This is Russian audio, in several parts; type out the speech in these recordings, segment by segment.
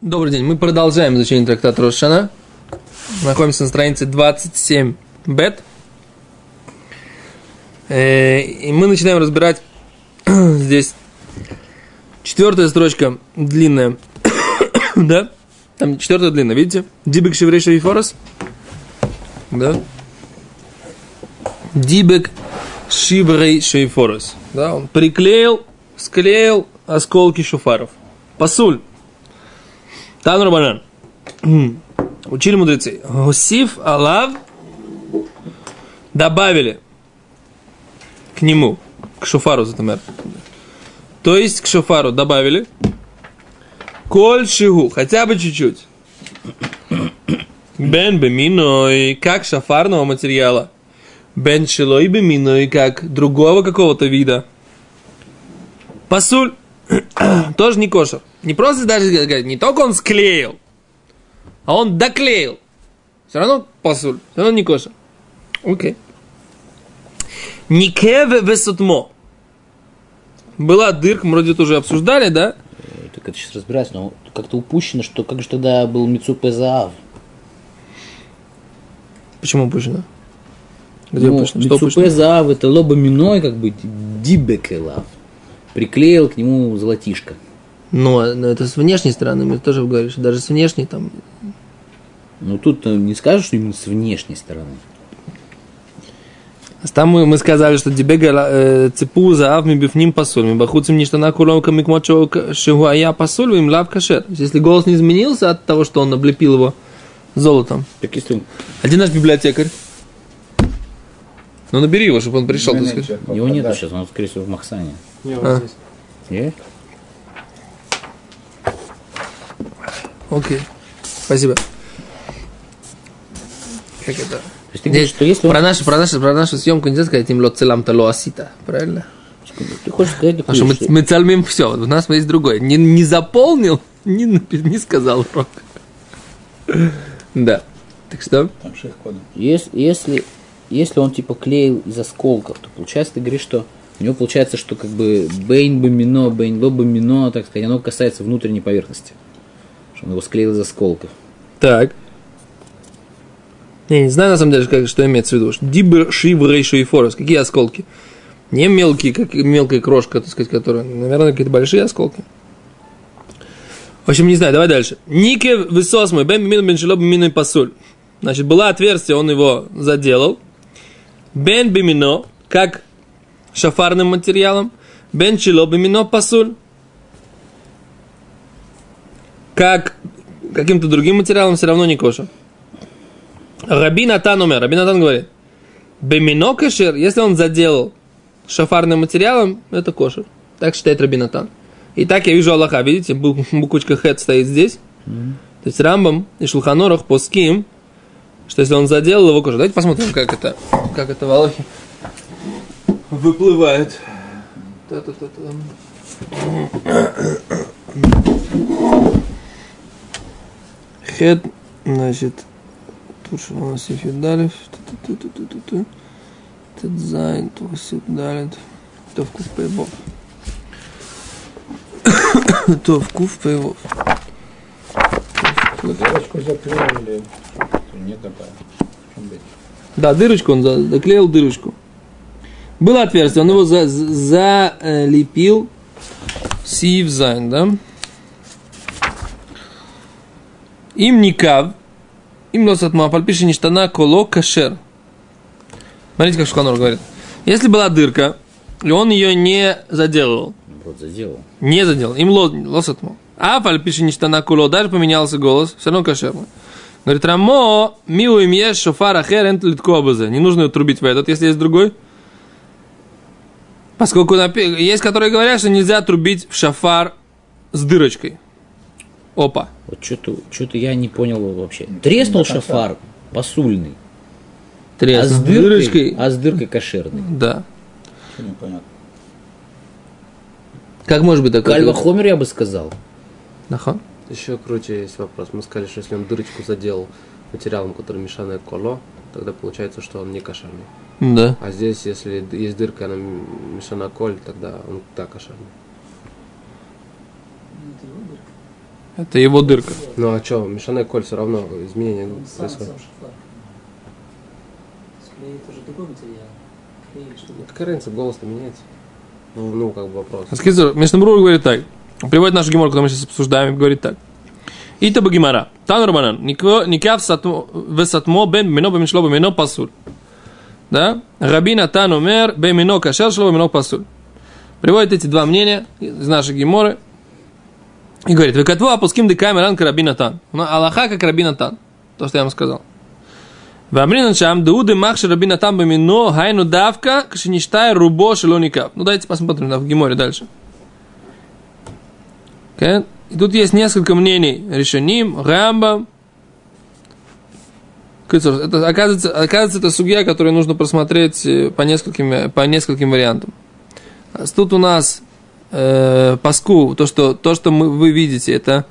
Добрый день. Мы продолжаем изучение трактата Рош ха-Шана. Находимся на странице 27 бет. И мы начинаем разбирать здесь четвертая строчка длинная. Да? Там четвертая длинная, видите? Дибек шиврей шейфорос. Да? Дибек шиврей шейфорос. Да? Он приклеил, склеил осколки шофаров. Пасуль. Тан Рабанан. Учили мудрецы. Гусиф алав. Добавили к нему, к шофару, затамер. То есть к шофару добавили коль шигу, хотя бы чуть-чуть. Бен беминой, как шофарного материала. Бен шилой беминой, как другого какого-то вида. Пасуль. Тоже не кошер. Не просто даже говорить, не только он склеил, а он доклеил. Все равно пасуль, все равно не кошер. Окей. Никеве весутмо. Была дырка, мы вроде это уже обсуждали, да? Так это сейчас разбирается, но как-то упущено, что как же тогда был Мицупе Заав? Почему упущено? Где упущено? Мицупе Заав это лоба миной, как бы дибекелав. Приклеил к нему золотишко. Но это с внешней стороны, мы тоже говорили, что даже с внешней там... Ну тут не скажешь, что именно с внешней стороны. Там мы сказали, что дибега цепу заав ми бифним пасуль, ми бахуцим ништана куловка микмочо шигуая пасуль, им лав кашер. Если голос не изменился от того, что он облепил его золотом. Так если он... Один наш библиотекарь. Ну набери его, чтобы он пришел. Его нету сейчас, он, скорее всего, в Махсане. Есть? Окей. Спасибо. Как это? Ты говоришь, что если про нашу съемку нельзя сказать им лот целам тало асита, правильно? Ты хочешь сказать, потому что мы цальмим все. У нас есть другое. Не заполнил, не сказал урок. Да. Так что? Там шейх-коды. Если он типа клеил из осколков, то получается, ты говоришь, что у него получается, что как бы бейн бамино, бейн ло бамино, так сказать, оно касается внутренней поверхности. Что он его склеил из осколков. Так. Я не знаю, на самом деле, что имеется в виду. Дибр, шив, рейшу и форос. Какие осколки? Не мелкие, как мелкая крошка, так сказать, которые, наверное, какие-то большие осколки. В общем, не знаю, давай дальше. Нике высос мой, бен бимину беншило бимину пасуль. Значит, было отверстие, он его заделал. Бен бимино, как шафарным материалом. Бен чило бимино пасуль. Как каким-то другим материалом все равно не кошер. Раби Натан умер. Раби Натан говорит, бемино кошер, если он заделал шафарным материалом, это кошер. Так считает Раби Натан. И так я вижу Аллаха, видите, буквочка хет стоит здесь. То есть Рамбам и Шулхан Арух поским, что если он заделал его кошер. Давайте посмотрим, как это в Аллахе выплывает. Хет, значит, тут что у нас Ефидалев, Тедзайн, Тухасидалет, Товкув Пейвов. Товкув Пейвов. Дырочку заклеили. Нет такая. Да, дырочку он заклеил дырочку. Было отверстие, он его залепил Сивзайн, да? Им никав, им лосатма, пальпиши ништана коло кашер. Смотрите, как Шулхан Арух говорит. Если была дырка, и он ее не заделал. Вот заделал. Не заделал. Им лосатма. А пальпиши ништана коло, даже поменялся голос, все равно кашер. Говорит, Рамо, миу им ешь шофар ахер энт литко абазе. Не нужно трубить в этот, если есть другой. Поскольку есть, которые говорят, что нельзя трубить в шофар с дырочкой. Опа. Вот что-то я не понял вообще. Треснул шофар пасульный. Треснул. А с дыркой кошерный. Да. Что непонятно. Как может быть такое? Кальва-хомер, я бы сказал. Аха. Еще круче есть вопрос. Мы сказали, что если он дырочку заделал материалом, который мешанное коло, тогда получается, что он не кошерный. Да. А здесь, если есть дырка, она мешана коль, тогда он так кошерный. Это его дырка. Ну а что, мешаная коль все равно изменения происходят. Клей это же другой материал. Клей что-то. Какая разница, голос-то меняется? Ну, как бы вопрос. Скизер, Мишнабрур говорит так. Приводит нашу гемор, которую мы сейчас обсуждаем, и говорит так. Ита багимара. Тан Рабанан. Никав весатмо бен мино бемишло бемино пасуль. Да? Рабина Тан умер бемино кашер шло бемино пасуль. Приводит эти два мнения из нашей геморы. И говорит, векатву опуским декамеран к Рабина Тан. Аллаха как Рабина Тан. То, что я вам сказал. Вамринан шам дауды махши Рабина Тан бемино хайну давка кшиништай рубо шело никав. Ну, давайте посмотрим в геморе дальше. Okay. И тут есть несколько мнений решеним, Рамбам. Это, оказывается, это сугья, которую нужно просмотреть по нескольким вариантам. Тут у нас паску, то, что вы видите, это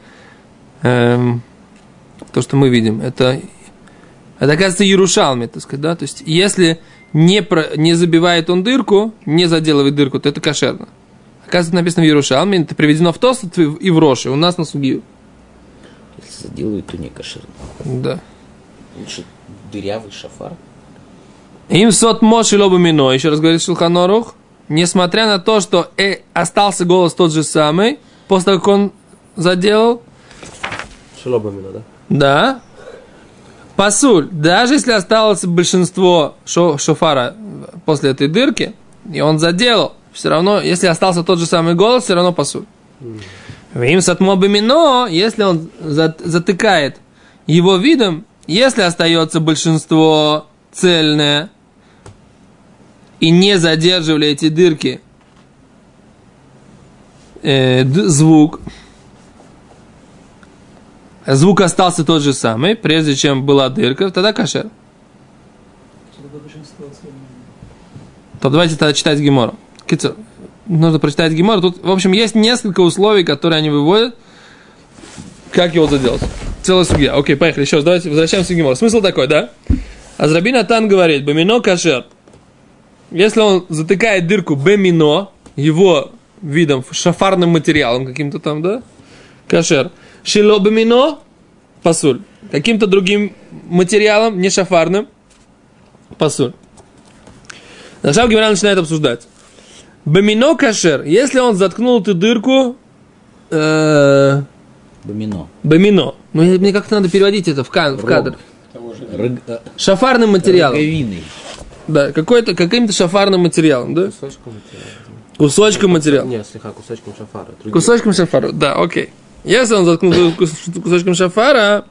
то, что мы видим, это оказывается Ярушалми, так сказать, да? То есть, если не забивает он дырку, не заделывает дырку, то это кошерно. Оказывается, написано в Ярушалме, это приведено в Тосфот и в Роше, у нас на сугию. Если заделывают, то не кошерно. Да. Лучше дырявый шафар. Им сот моши лоба мино, еще раз говорит Шулхан Арух, несмотря на то, что остался голос тот же самый, после того, как он заделал. Шелобамина, да? Да. Пасуль, даже если осталось большинство шофара после этой дырки, и он заделал, все равно, если остался тот же самый голос, все равно пасуль. Им сатмо бамино, если он затыкает его видом, если остается большинство цельное и не задерживали эти дырки звук остался тот же самый, прежде чем была дырка, тогда кошер. То давайте тогда читать Гемору. Нужно прочитать Гемору. Тут, в общем, есть несколько условий, которые они выводят, как его заделать. Целая судья. Окей, поехали. Еще раз, давайте возвращаемся к Гемору. Смысл такой, да? Азраби Натан говорит, бамино кошер. Если он затыкает дырку бамино, его видом, шафарным материалом каким-то там, да? Кошер. Шило бамино, пасуль. Каким-то другим материалом, не шафарным, пасуль. Начав Гемора начинает обсуждать. Бамино кошер, если он заткнул эту дырку... Бамино. Бамино. Ну, мне как-то надо переводить это в кадр. Шафарным материалом. Роговиной. Да, каким-то шафарным материалом, да? Кусочком материала. Кусочком материала. Нет, слегка кусочком шафара. Другие. Кусочком шафара, да, окей. Если он заткнул кусочком шафара,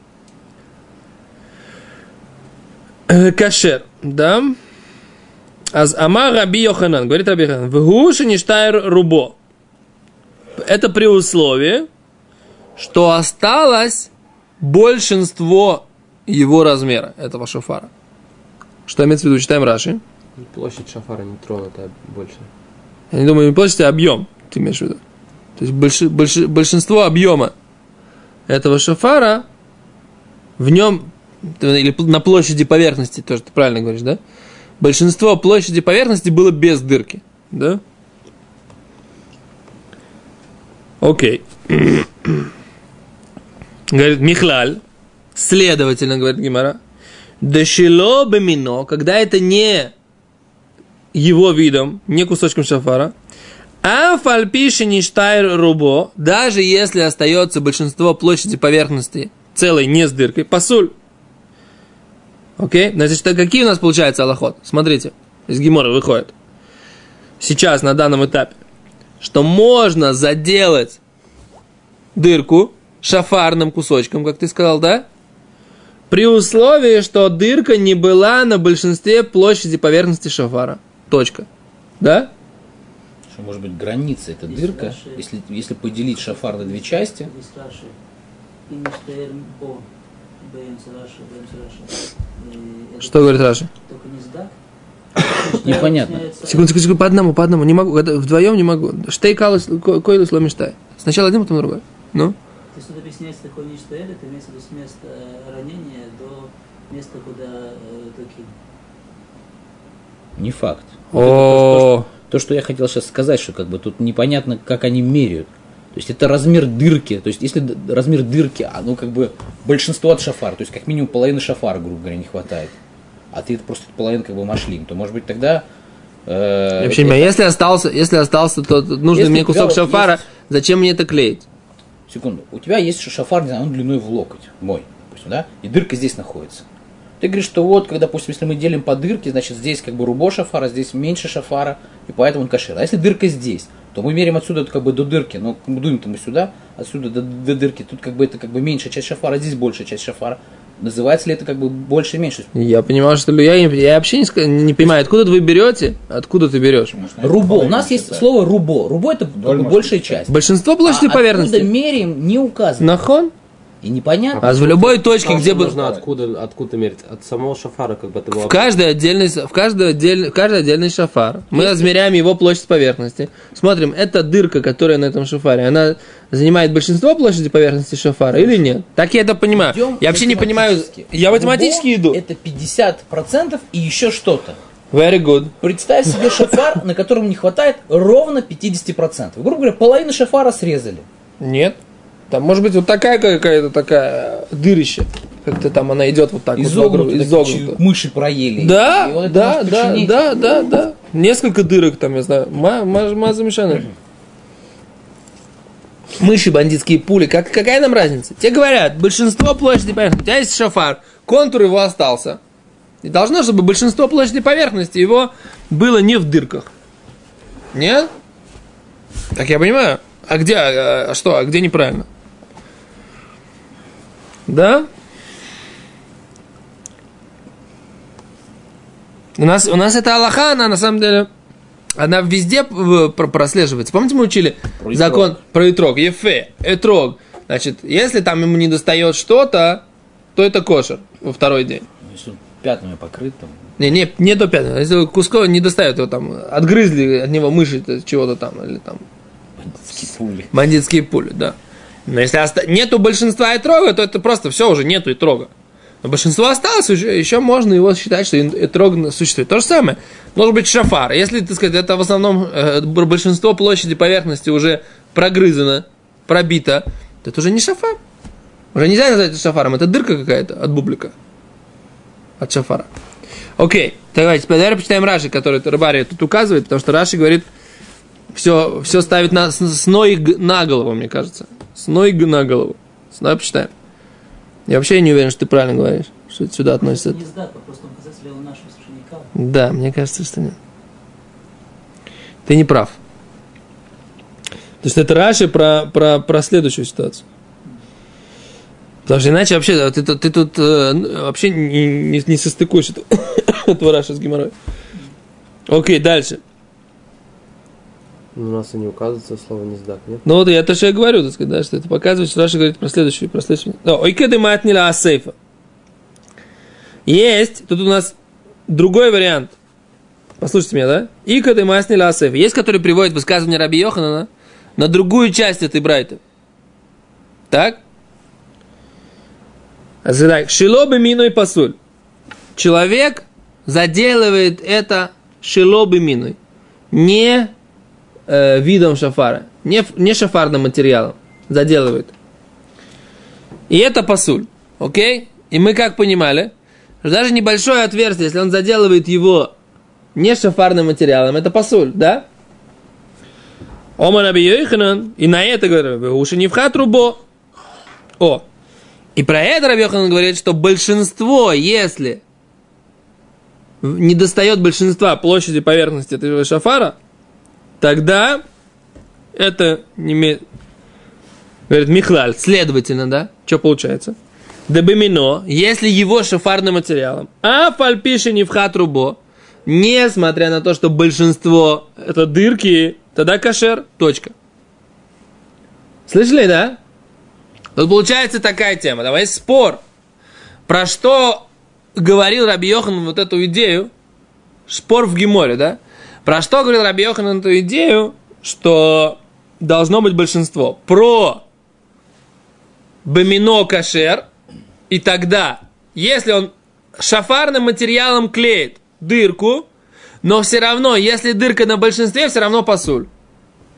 кашер, да? Аз Амар Раби Йоханан, говорит Раби Йоханан, вгуши ништайр рубо. Это при условии, что осталось большинство его размера, этого шафара. Что имеется в виду? Читаем Раши. Площадь шафара не тронута больше. Я не думаю, не площадь, а объем, ты имеешь в виду. То есть большинство объема этого шафара в нем, или на площади поверхности, тоже ты правильно говоришь, да? Большинство площади поверхности было без дырки, да? Окей. Говорит Михлаль, следовательно, говорит Гемара, дешило бамино, когда это не его видом, не кусочком шафара, а фальпиши ништайр рубо, даже если остается большинство площади поверхности целой не с дыркой, пасуль. Окей? Значит, какие у нас получаются алахот? Смотрите, из Гемора выходит. Сейчас, на данном этапе, что можно заделать дырку шафарным кусочком, как ты сказал, да? При условии, что дырка не была на большинстве площади поверхности шафара. Точка. Да? Что может быть граница, это дырка, если поделить шафар на две части. Что говорит Раши? Только не сдак. Непонятно. Секунду, по одному. Не могу, вдвоем не могу. Штей калус, койлус ломиштай. Сначала один, потом другой. Ну? То есть тут объясняется такое нечто, это имеется в виду с места ранения до места, куда докинь. Не факт. О, То, что я хотел сейчас сказать, что как бы тут непонятно, как они меряют. То есть это размер дырки. То есть если размер дырки, ну как бы большинство от шафара, то есть как минимум половины шафара, грубо говоря, не хватает. А ты просто половину как бы машлим, то может быть тогда... Я вообще не понимаю, если остался, то нужен мне кусок шафара, зачем мне это клеить? Секунду. У тебя есть шафар, не знаю, он длиной в локоть, мой, допустим, да? И дырка здесь находится. Ты говоришь, что вот, когда, допустим, если мы делим по дырке, значит, здесь как бы рубо шафара, здесь меньше шафара, и поэтому он кашер. А если дырка здесь, то мы меряем отсюда как бы до дырки, но дуем-то мы сюда, отсюда до дырки, тут как бы это как бы меньшая часть шафара, здесь большая часть шафара. Называется ли это как бы больше и меньше? Я понимаю, что я вообще не понимаю, откуда вы берете, откуда ты берешь. Рубо. У нас есть слово рубо. Рубо это как бы большая часть. Большинство площади поверхности. Откуда меряем, не указано. Нахон? И непонятно. А в любой точке, где бы... Нужно откуда мерить? От самого шафара, как бы это было. В каждый отдельный шафар мы измеряем его площадь поверхности. Смотрим, эта дырка, которая на этом шафаре, она занимает большинство площади поверхности шафара или нет? Так я это понимаю. Я вообще не понимаю. Я математически иду. Это 50% и еще что-то. Very good. Представь себе шафар, на котором не хватает ровно 50%. Грубо говоря, половину шафара срезали. Нет. Там может быть вот такая какая-то такая дырища. Как-то там она идет вот так изогнуто. Мыши проели. Да. Несколько дырок там, я знаю. Маза мешана. Мыши, бандитские пули. Какая нам разница? Тебе говорят, большинство площади поверхности. У тебя есть шафар, контур его остался. И должно, чтобы большинство площади поверхности его было не в дырках. Нет? Так я понимаю. А где, а где неправильно? Да? У нас эта алаха, она на самом деле, она везде прослеживается. Помните, мы учили закон про этрог? Ефе, этрог. Значит, если там ему не достает что-то, то это кошер во второй день. Если пятнами покрыт там. Не до пятного. Если куско не достает, его там отгрызли от него мыши чего-то там, или там. Бандитские пули, да. Но если нету большинства этрога, то это просто все уже нету этрога. Но большинство осталось, еще можно его считать, что этрог существует. То же самое. Должен быть шафар. Если, так сказать, это в основном большинство площади поверхности уже прогрызано, пробито, то это уже не шафар. Уже нельзя назвать это шафаром. Это дырка какая-то от бублика. От шафара. Окей. Давайте почитаем Раши, который Рабари тут указывает, потому что Раши говорит, все ставит с ноги на голову, мне кажется. С ноги на голову. Давай почитаем. Я вообще не уверен, что ты правильно говоришь, что это сюда относится. Не сдак, просто он касается левого нашего совершенника. Да, мне кажется, что нет. Ты не прав. То есть это Раши про следующую ситуацию. Потому что иначе вообще ты тут вообще не состыкуешь этого Раши с Геморрой. Окей, дальше. У нас и не указывается слово «нездак», нет? Ну вот я то, что я говорю, так сказать, да, что это показывает, что Раша говорит про следующую. Ойкеды матнила асейфа. Есть, тут у нас другой вариант. Послушайте меня, да? Икеды матнила асейфа. Есть, который приводит высказывание Раби Йоханана на другую часть этой брайты. Так? Шилобы миной пасуль. Человек заделывает это шилобы миной. Не видом шафара, не шафарным материалом заделывает. И это пасуль, окей? И мы как понимали, что даже небольшое отверстие, если он заделывает его не шафарным материалом, это пасуль, да? Омар Раби Йоханан, и на это говорит, уши не вхат рубо. И про это Раби Йоханан говорит, что большинство, если не достает большинства площади поверхности этого шафара, тогда это не имеет... Говорит, Михлаль, следовательно, да? Что получается? Дебемино, если его шафарным материалом, а фальпиши не вхат рубо, несмотря на то, что большинство это дырки, тогда кашер, точка. Слышали, да? Тут получается такая тема. Давай спор. Про что говорил Раби Йохан вот эту идею? Спор в Геморе, да? Про что говорил Раби Йоханан эту идею, что должно быть большинство? Про бемино кашер, и тогда, если он шафарным материалом клеит дырку, но все равно, если дырка на большинстве, все равно пасуль.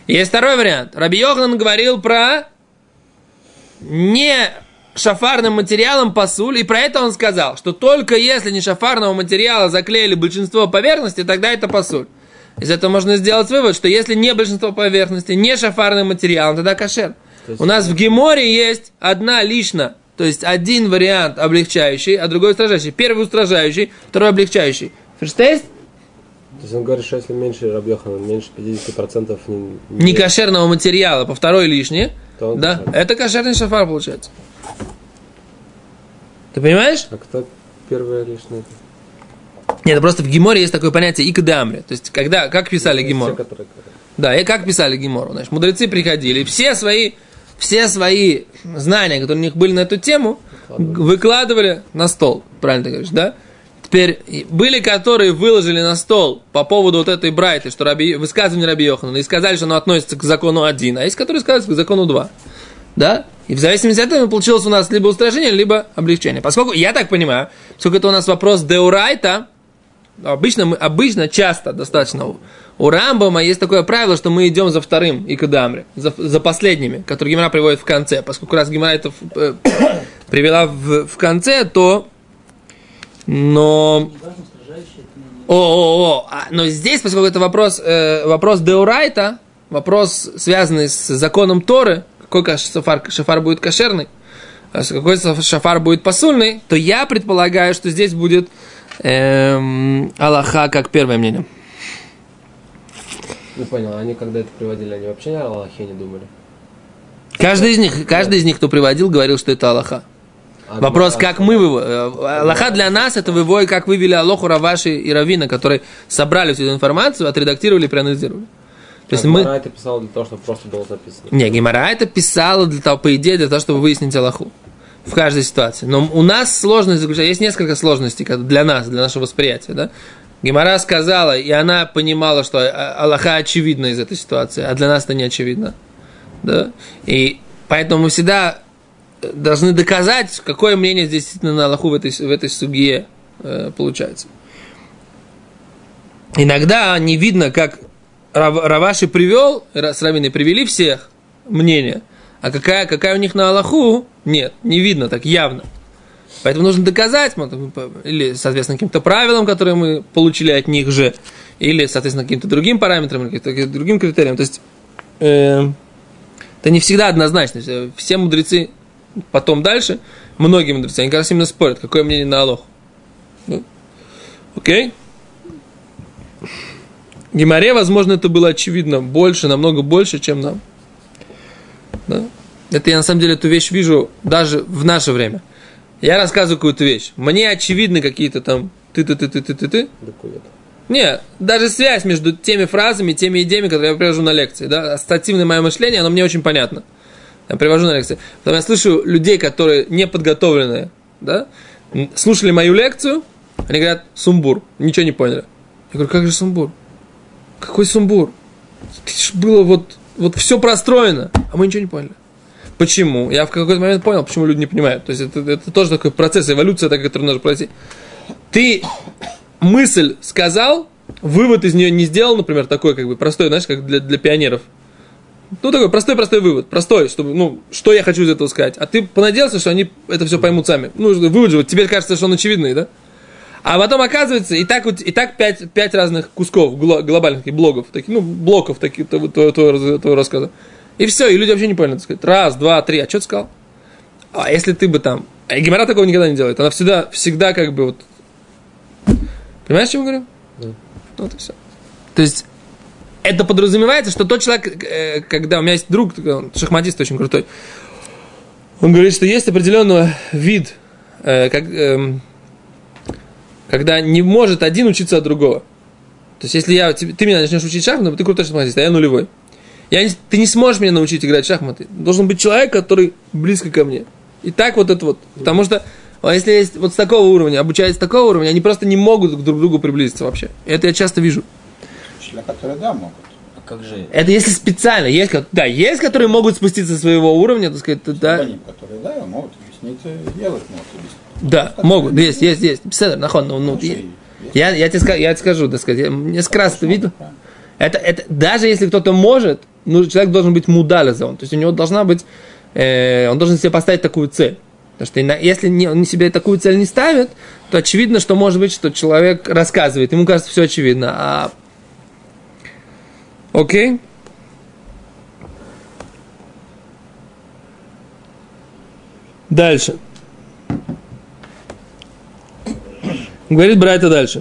Есть второй вариант. Раби Йоханан говорил про не шафарным материалом пасуль, и про это он сказал, что только если не шафарного материала заклеили большинство поверхности, тогда это пасуль. Из этого можно сделать вывод, что если не большинство поверхности, не шафарным материалом, тогда кошер. У нас в Геморе есть одна лишна, то есть один вариант облегчающий, а другой устражающий. Первый устражающий, второй облегчающий. Ферштейст? То есть он говорит, что если меньше Раби Йоханан, меньше 50% не кошерного материала по второй лишней, да, кошер. это кошерный шафар получается. Ты понимаешь? А кто первая лишняя? Нет, просто в Геморе есть такое понятие икдамри. То есть, когда, как писали Гемор? Да, и как писали Гемор. Значит, мудрецы приходили, все свои знания, которые у них были на эту тему, выкладывали на стол. Правильно ты говоришь, да? Теперь, были, которые выложили на стол по поводу вот этой брайты, что высказывание Раби Йоханана, и сказали, что оно относится к закону 1, а есть, которые сказали к закону 2. Да? И в зависимости от этого получилось у нас либо устражение, либо облегчение. Поскольку, я так понимаю, поскольку это у нас вопрос деурайта, обычно, часто достаточно у Рамбама есть такое правило, что мы идем за вторым икадамри, за последними, которые Гемара приводит в конце. Поскольку раз Гемара это привела в конце, то... Но здесь, поскольку это вопрос деурайта, вопрос, связанный с законом Торы, какой шафар будет кошерный, а какой шафар будет пасульный, то я предполагаю, что здесь будет Аллаха как первое мнение. Не понял, они когда это приводили, они вообще о Аллахе не думали? Каждый из них, кто приводил, говорил, что это Аллаха. Вопрос, как мы Аллаха для нас, это вывой, как вывели Алоху, Раваши и Равина, которые собрали всю эту информацию, отредактировали и проанализировали. То есть Гемара это писала для того, чтобы просто было записано. Не, Гемара это писала для того, по идее, для того, чтобы выяснить Аллаху. В каждой ситуации. Но у нас сложность заключается, есть несколько сложностей для нас, для нашего восприятия. Да? Гемара сказала, и она понимала, что Аллаха очевидна из этой ситуации, а для нас это не очевидно. Да? И поэтому мы всегда должны доказать, какое мнение здесь действительно на Аллаху в этой сугье получается. Иногда не видно, как Раваши привел, с Равиной привели всех мнения, а какая у них на Аллаху, нет, не видно так явно. Поэтому нужно доказать, или, соответственно, каким-то правилам, которые мы получили от них же, или, соответственно, каким-то другим параметрам, или каким-то другим критериям. То есть, это не всегда однозначно. Все мудрецы, потом дальше, многие мудрецы, они как раз именно спорят, какое мнение на Аллаху. Окей? Гемаре, возможно, это было очевидно больше, намного больше, чем нам. Да? Это я на самом деле эту вещь вижу даже в наше время. Я рассказываю какую-то вещь. Мне очевидны какие-то там ты. Нет, даже связь между теми фразами, теми идеями, которые я привожу на лекции. Да? Ассоциативное мое мышление, оно мне очень понятно. Я привожу на лекции. Потом я слышу людей, которые не подготовленные, да? Слушали мою лекцию, они говорят, сумбур, ничего не поняли. Я говорю, как же сумбур? Какой сумбур? Было вот все простроено, а мы ничего не поняли. Почему? Я в какой-то момент понял, почему люди не понимают. То есть это тоже такой процесс, эволюция, который нужно пройти. Ты мысль сказал, вывод из нее не сделал, например, такой как бы простой, знаешь, как для пионеров. Ну, такой простой вывод. Простой, чтобы, что я хочу из этого сказать. А ты понадеялся, что они это все поймут сами. Ну, вывод же, тебе кажется, что он очевидный, да? А потом оказывается, и так 5 разных кусков глобальных блогов, блоков твоего рассказа. И все, и люди вообще не поняли, так сказать. 1, 2, 3, а что ты сказал? А если ты бы там... Гемара такого никогда не делает. Она всегда как бы вот... Понимаешь, о чем я говорю? Да. Вот и все. То есть, это подразумевается, что тот человек, когда у меня есть друг, шахматист очень крутой, он говорит, что есть определенный вид, когда не может один учиться от другого. То есть, если ты меня начнешь учить шахматы, ты крутой шахматист, а я нулевой. Ты не сможешь меня научить играть в шахматы. Должен быть человек, который близко ко мне. И так вот это вот. Потому что, если есть вот с такого уровня, обучаясь с такого уровня, они просто не могут друг к другу приблизиться вообще. Это я часто вижу. Учителя, которые, да, могут. А как же... Это если специально. Есть которые могут спуститься со своего уровня, так сказать, да. Они, которые, да, могут объяснить, делать могут объяснить. Да, могут. Есть. Беседа, нахон, я тебе скажу, так сказать, я несколько раз это видел. Это, даже если кто-то может, человек должен быть мудализован. То есть у него должна быть, он должен себе поставить такую цель. Потому что если он себе такую цель не ставит, то очевидно, что может быть, что человек рассказывает, ему кажется, все очевидно. Окей? Дальше. Говорит Брайта дальше.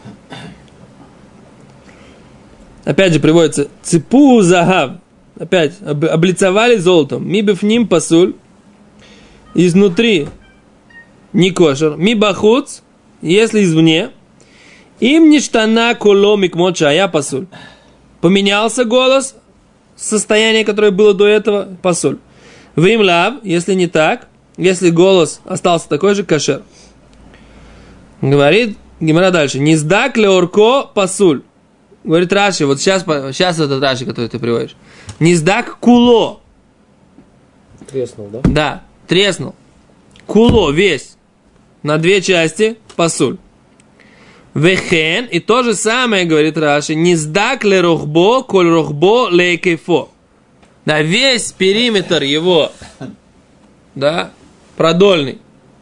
Опять же приводится ципу загав. Опять облицовали золотом. Ми бифним пасуль. Изнутри не кошер. Ми бахуц. Если извне. Им ништана коломик мочая пасуль. Поменялся голос. Состояние, которое было до этого, пасуль. Вим лав. Если не так. Если голос остался такой же, кошер. Говорит Гемара дальше. Низдак леорко пасуль. Говорит Раши, вот сейчас этот Раши, который ты приводишь. Низдак куло. Треснул, да? Да, треснул. Куло весь. На две части пасуль. Вехен, и то же самое, говорит Раши. Низдак ле рохбо, коль рохбо ле кейфо. Да, весь периметр его, да, продольный,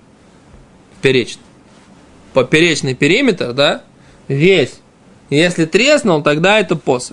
поперечный периметр, да, весь. Если треснул, тогда это посох.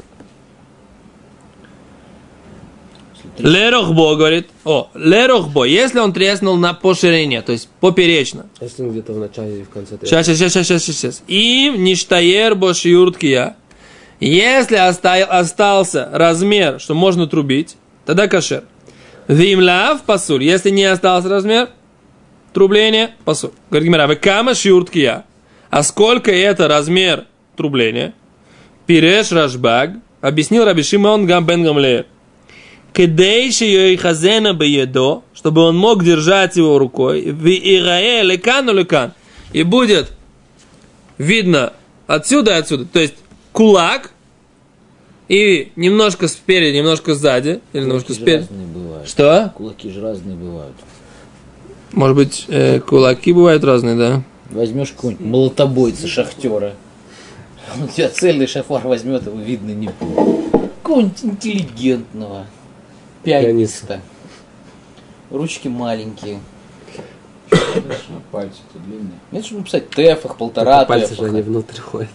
Лерохбо, говорит, лерохбо, если он треснул по ширине, то есть поперечно. Если он где-то в начале или в конце треснул. Сейчас. И ништаер бош юрткия. Если остался размер, что можно трубить, тогда кошер. Вимлав пасуль, если не остался размер трубления, пасуль. Говорит Гемара, векама шюрткия. А сколько это размер трубления? Пиреш Рашбаг объяснил Раби Шимон бен Гамлеэль. Кедейши йойхазена беедо, чтобы он мог держать его рукой. Виирае лекану лекан. И будет видно отсюда и отсюда. То есть кулак и немножко спереди, немножко сзади. Или немножко спереди. Что? Кулаки же разные бывают. Может быть, кулаки бывают разные, да? Возьмешь какого-нибудь молотобойца, шахтера. Он у тебя цельный шафар возьмет, его видно не будет. Какого-нибудь интеллигентного. Пианиста. Ручки маленькие. Пальцы-то длинные. Это чтобы написать тефах, полтора пальцы тефаха. же они внутрь ходят.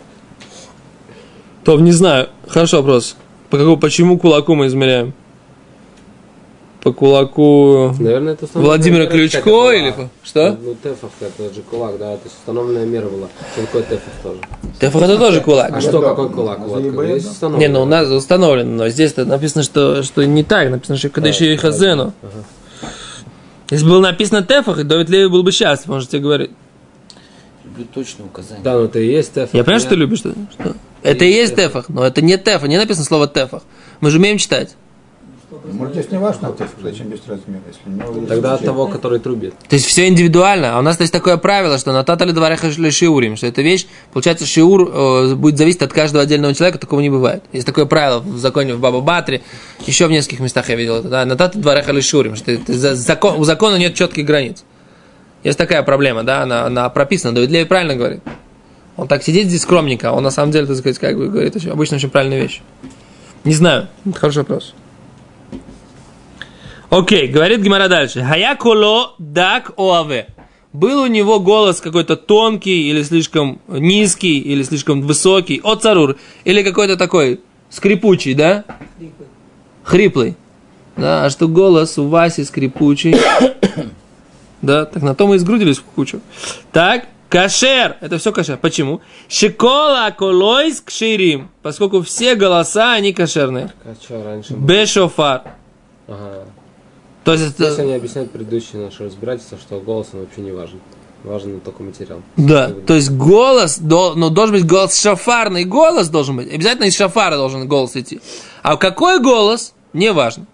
То не знаю. Хороший вопрос. Почему кулаку мы измеряем? По кулаку Наверное, это Владимира Ключко или по... Что? Ну, тефах, это же кулак, да, то есть установленная мера была. Что такое тефах тоже? Тефах это тоже кулак. А что, какой кулак? Вот, здесь установлено. Не, ну у нас установлено, но здесь написано, что не так. Написано, что когда еще и хазену. Если бы было написано тефах, Давид Леви был бы счастлив, может тебе говорить. Люблю точное указание. Да, ну это и есть тефах. Я понимаю, что ты любишь. Что? Это и есть тефах, но это не тефах, не написано слово тефах. Мы же умеем читать. Может, здесь не важно, зачем без размера, если у него есть Тогда от случай. того, который трубит. То есть все индивидуально. А у нас есть такое правило, что на татали двореха шиурим, что эта вещь, получается, шиур будет зависеть от каждого отдельного человека, такого не бывает. Есть такое правило в законе в Баба Батре, еще в нескольких местах я видел это, да, на татали двореха шиурим, что у закона нет четких границ. Есть такая проблема, да, она прописана. Давид Леви правильно говорит. Он так сидит здесь скромненько, а он на самом деле, так сказать, как бы говорит обычно очень правильную вещь. Не знаю, это хороший вопрос. Окей, говорит Гемара дальше. Хаяколо дак оаве. Был у него голос какой-то тонкий, или слишком низкий, или слишком высокий, царур, или какой-то такой скрипучий, да? Хриплый. Да, а что голос у Васи скрипучий. Да, так на то мы и сгрудились в кучу. Так, кашер, это все кашер. Почему? Шикола колойс кширим. Поскольку все голоса, они кошерные. А что раньше было? Бешофар. Ага. То есть Здесь это... они объясняют предыдущее наше разбирательство, что голос он вообще не важен. Важен только материал. Да, то есть голос, но должен быть голос, шафарный голос должен быть. Обязательно из шафара должен голос идти. А какой голос, не важно.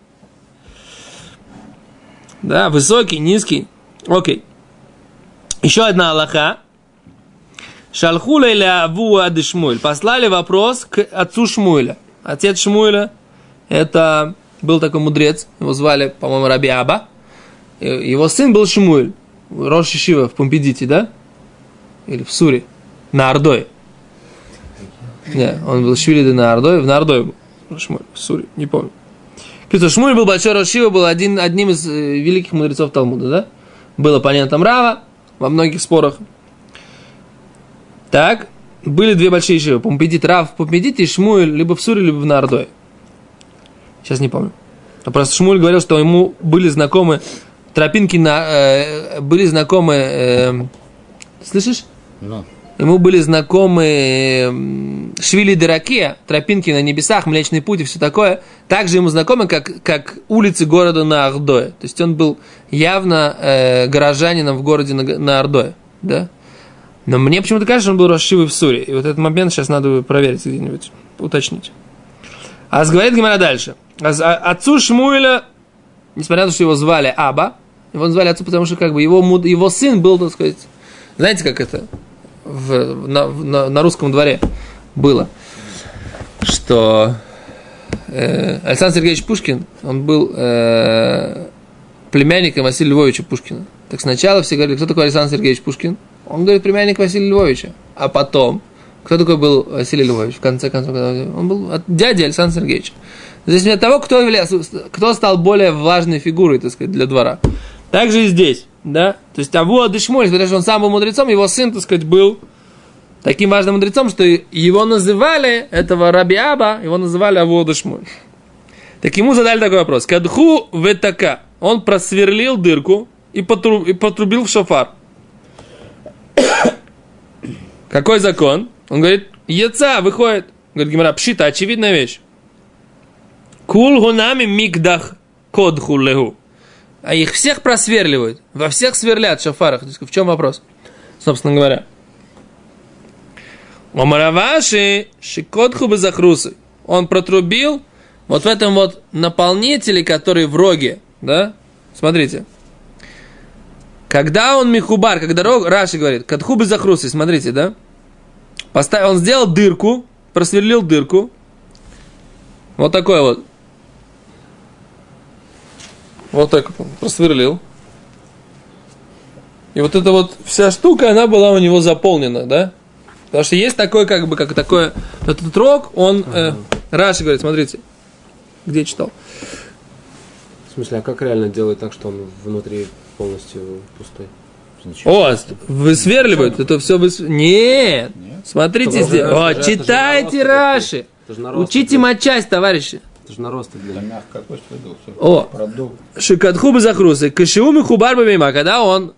Да, высокий, низкий. Окей. Еще одна алаха. Шалхуля или Аву ад Шмуэль. Послали вопрос к отцу Шмуэля. Отец Шмуэля, это был такой мудрец, его звали, по-моему, Раби Аба. Его сын был Шмуэль. Рош Ешива в Помпедите, да? Или в Суре. На Ардое. Нет, он был Швилиды на Ардое. В Нардое был. Шмуль, в Суре, не помню. Шмуль был большой Рош Йешива, был одним из великих мудрецов Талмуда, да? Был оппонентом Рава во многих спорах. Так, были две большие ешивы. Помпедит Рав в Помпедите и Шмуль либо в Суре, либо в Наардое. Сейчас не помню. А просто Шмуль говорил, что ему были знакомы тропинки были знакомы... слышишь? Ну. Ему были знакомы Швили Дераке, тропинки на небесах, Млечный путь и все такое. Также ему знакомы, как улицы города Наардое. То есть он был явно горожанином в городе Наардое. Да? Но мне почему-то кажется, что он был Рош Йешивой в Суре. И вот этот момент сейчас надо проверить где-нибудь, уточнить. А говорит Гемара дальше. Отцу Шмуэля, несмотря на то, что его звали Аба, его звали отцу, потому что как бы его сын был, так сказать, знаете, как это на русском дворе было, что Александр Сергеевич Пушкин, он был племянником Василия Львовича Пушкина. Так сначала все говорили, кто такой Александр Сергеевич Пушкин? Он говорит, племянник Василия Львовича. А потом, кто такой был Василий Львович? В конце концов, он был дядя Александра Сергеевича. Здесь от того, кто стал более важной фигурой, так сказать, для двора. Так же и здесь, да? То есть Аву Адышмоль, потому что он сам был мудрецом, его сын, так сказать, был таким важным мудрецом, что его называли, этого Раби Аба, его называли Аву Адышмоль. Так ему задали такой вопрос. Кадху ветака. Он просверлил дырку и потрубил в шофар. Какой закон? Он говорит, яца, выходит. Говорит Гемара, пшита, очевидная вещь. Кул гунами мигдах кодху легу. А их всех просверливают. Во всех сверлят в шофарах. В чем вопрос? Собственно говоря. Омараваши шикодху безахрусы. Он протрубил вот в этом вот наполнителе, который в роге. Да? Смотрите. Когда он михубар, когда Раши говорит, кадху безахрусы, смотрите, да? Он сделал дырку, просверлил дырку. Вот такой вот. Вот так он просверлил. И вот эта вот вся штука, она была у него заполнена, да? Потому что есть такой, как такое, вот этот рог, он, Раши говорит, смотрите, где я читал. В смысле, а как реально делать так, что он внутри полностью пустой? О, высверливают, это все Нет, смотрите здесь. О, читайте Раши. Учите матчасть, товарищи. Это же нарост для мягкая кость выдул. О, шикадхубы захрусы. Кашиумы хубарба мима, когда он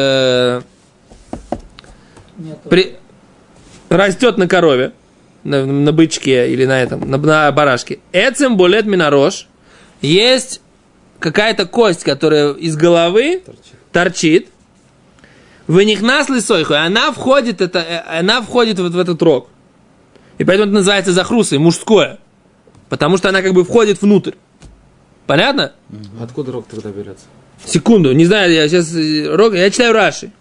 растет на корове, на бычке или на этом, на барашке. Эцем болет минарош. Есть какая-то кость, которая из головы торчит. В них насли сойху, она входит вот в этот рог. И поэтому это называется захрусой, мужское. Потому что она как бы входит внутрь. Понятно? Откуда рог тогда берется? Секунду, не знаю, я читаю Раши.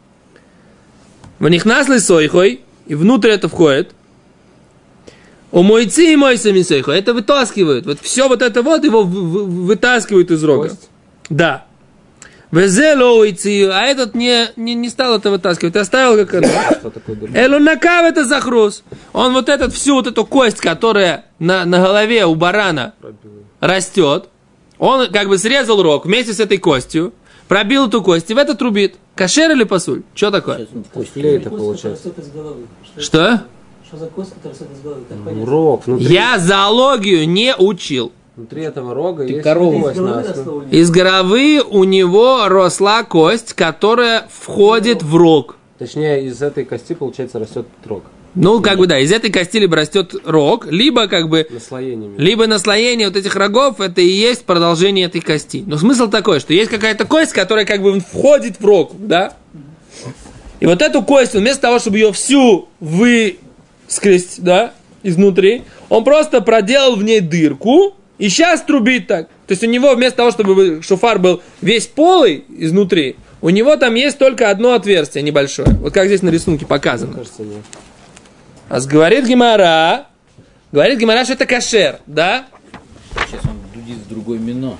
В них насли сойхой, и внутрь это входит. У мойцы и мойсами сойхой, это вытаскивают. Вот все вот это вот его вытаскивают из рога. Кость? Да. А этот не стал это вытаскивать, оставил как это. Элунакав это захрус. Он вот всю вот эту кость, которая на голове у барана растет, он как бы срезал рог вместе с этой костью, пробил эту кость и в это трубит. Кашер или пасуль? Что такое? Клей это получается. Что? Что за кость, которая растет из головы? Рог внутри. Я зоологию не учил. Внутри этого рога есть корову. кость. Из головы у него росла кость, которая входит в рог. Точнее, из этой кости, получается, растет рог. Ну, как бы, да, из этой кости либо растет рог, либо, как бы, Наслоениями. либо наслоение вот этих рогов, это и есть продолжение этой кости. Но смысл такой, что есть какая-то кость, которая, как бы, входит в рог, да? И вот эту кость, вместо того, чтобы ее всю выскресть, да, изнутри, он просто проделал в ней дырку, и сейчас трубит так. То есть у него вместо того, чтобы шофар был весь полый изнутри, у него там есть только одно отверстие небольшое. Вот как здесь на рисунке показано. Мне кажется, нет. А говорит Гемара, что это кашер, да? Сейчас он дудит в другой мино.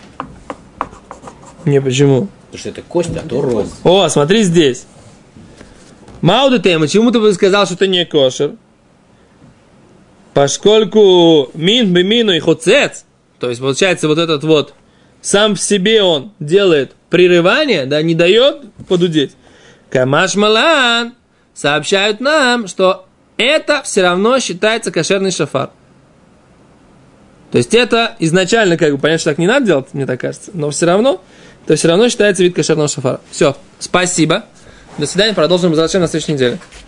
Не, почему? Потому что это кость, а то рог. О, смотри здесь. Мауду тема, почему ты бы сказал, что это не кошер? Поскольку мин бимину и хоцец, то есть получается вот этот вот, сам в себе он делает прерывание, да, не дает подудеть. Камаш малан сообщают нам, что это все равно считается кошерный шафар. То есть это изначально, как бы, понятно, что так не надо делать, мне так кажется, но все равно считается вид кошерного шафара. Все, спасибо. До свидания, продолжим возвращение на следующей неделе.